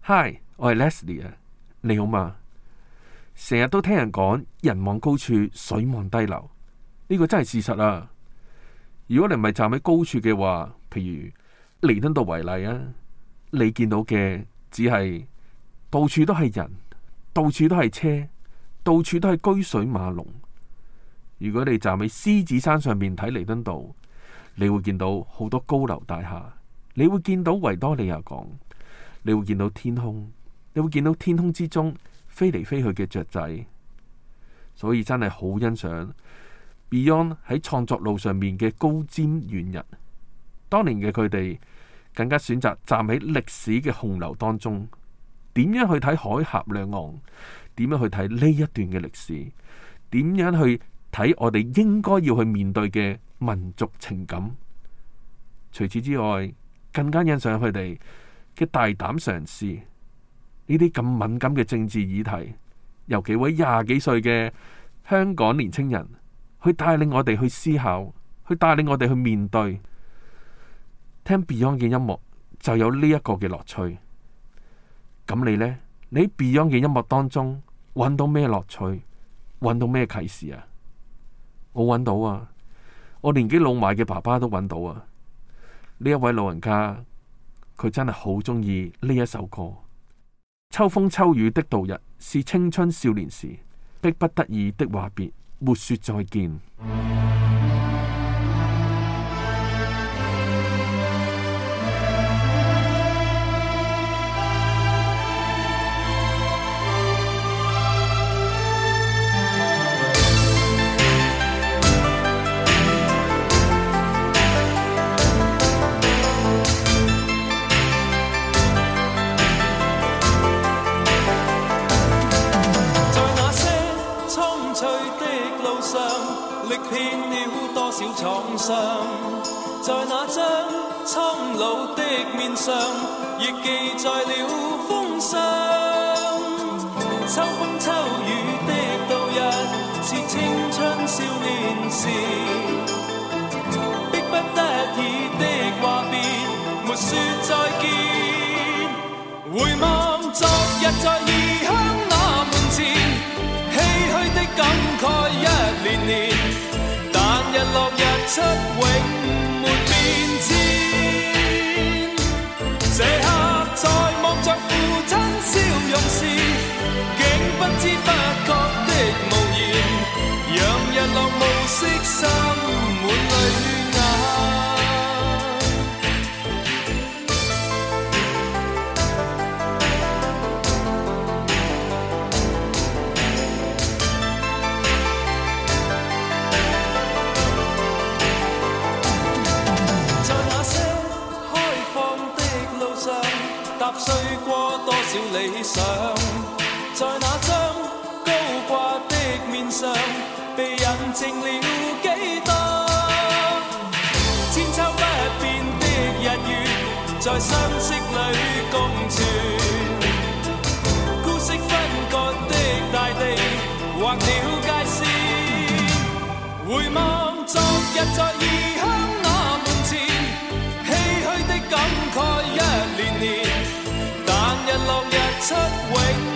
Hi， 我係 Leslie 啊，你好嘛？成日都聽人講人望高處，水望低流，呢個真係事實啊！如果你唔係站喺高處嘅話，譬如彌敦道為例啊，你見到嘅只係到處都係人，到處都係車，到處都係車水馬龍。如果你站喺獅子山上面睇彌敦道，你會見到好多高樓大廈，你會見到維多利亞港，你會見到天空，你會見到天空之中飛嚟飛去嘅雀仔。所以真係好欣賞 Beyond 喺創作路上面嘅高瞻遠矚。當年嘅佢哋更加選擇站喺歷史嘅洪流當中，點樣去睇海峽兩岸，點樣去睇呢一段嘅歷史，點樣去睇我哋應該要去面對嘅民族情感。除此之外，更加欣賞佢哋嘅大膽嘗試，呢啲咁敏感嘅政治議題，由幾位20幾歲嘅香港年青人去帶領我哋去思考，去帶領我哋去面對。聽 Beyond 嘅音樂就有呢一個嘅樂趣。咁你呢？你喺 Beyond 嘅音樂當中揾到咩樂趣？揾到咩啟示啊？我揾到啊！我年紀老邁嘅爸爸都揾到啊！呢一位老人家，佢真係好中意呢一首歌。秋風秋雨的度日，是青春少年時，迫不得已的話別，沒說再見。 歷遍了多少創傷，在那張蒼老的面上，亦記載了風霜。秋風秋雨的度日，是青春少年時，迫不得已的話別，沒說再見。回望昨日在異鄉那門前，唏噓的感慨一年年，但日落日出永沒變遷。這刻在望着父親笑容時，竟不知不覺的無言，讓日落暮色滲滿淚眼。踏碎過多少理想，在那張高掛的面上，被印證了幾多千秋不變的日月，在相識裏共存。孤色分割的大地，劃了界線。回望昨日在異鄉那門前，唏噓的感慨一年年，但日落日出永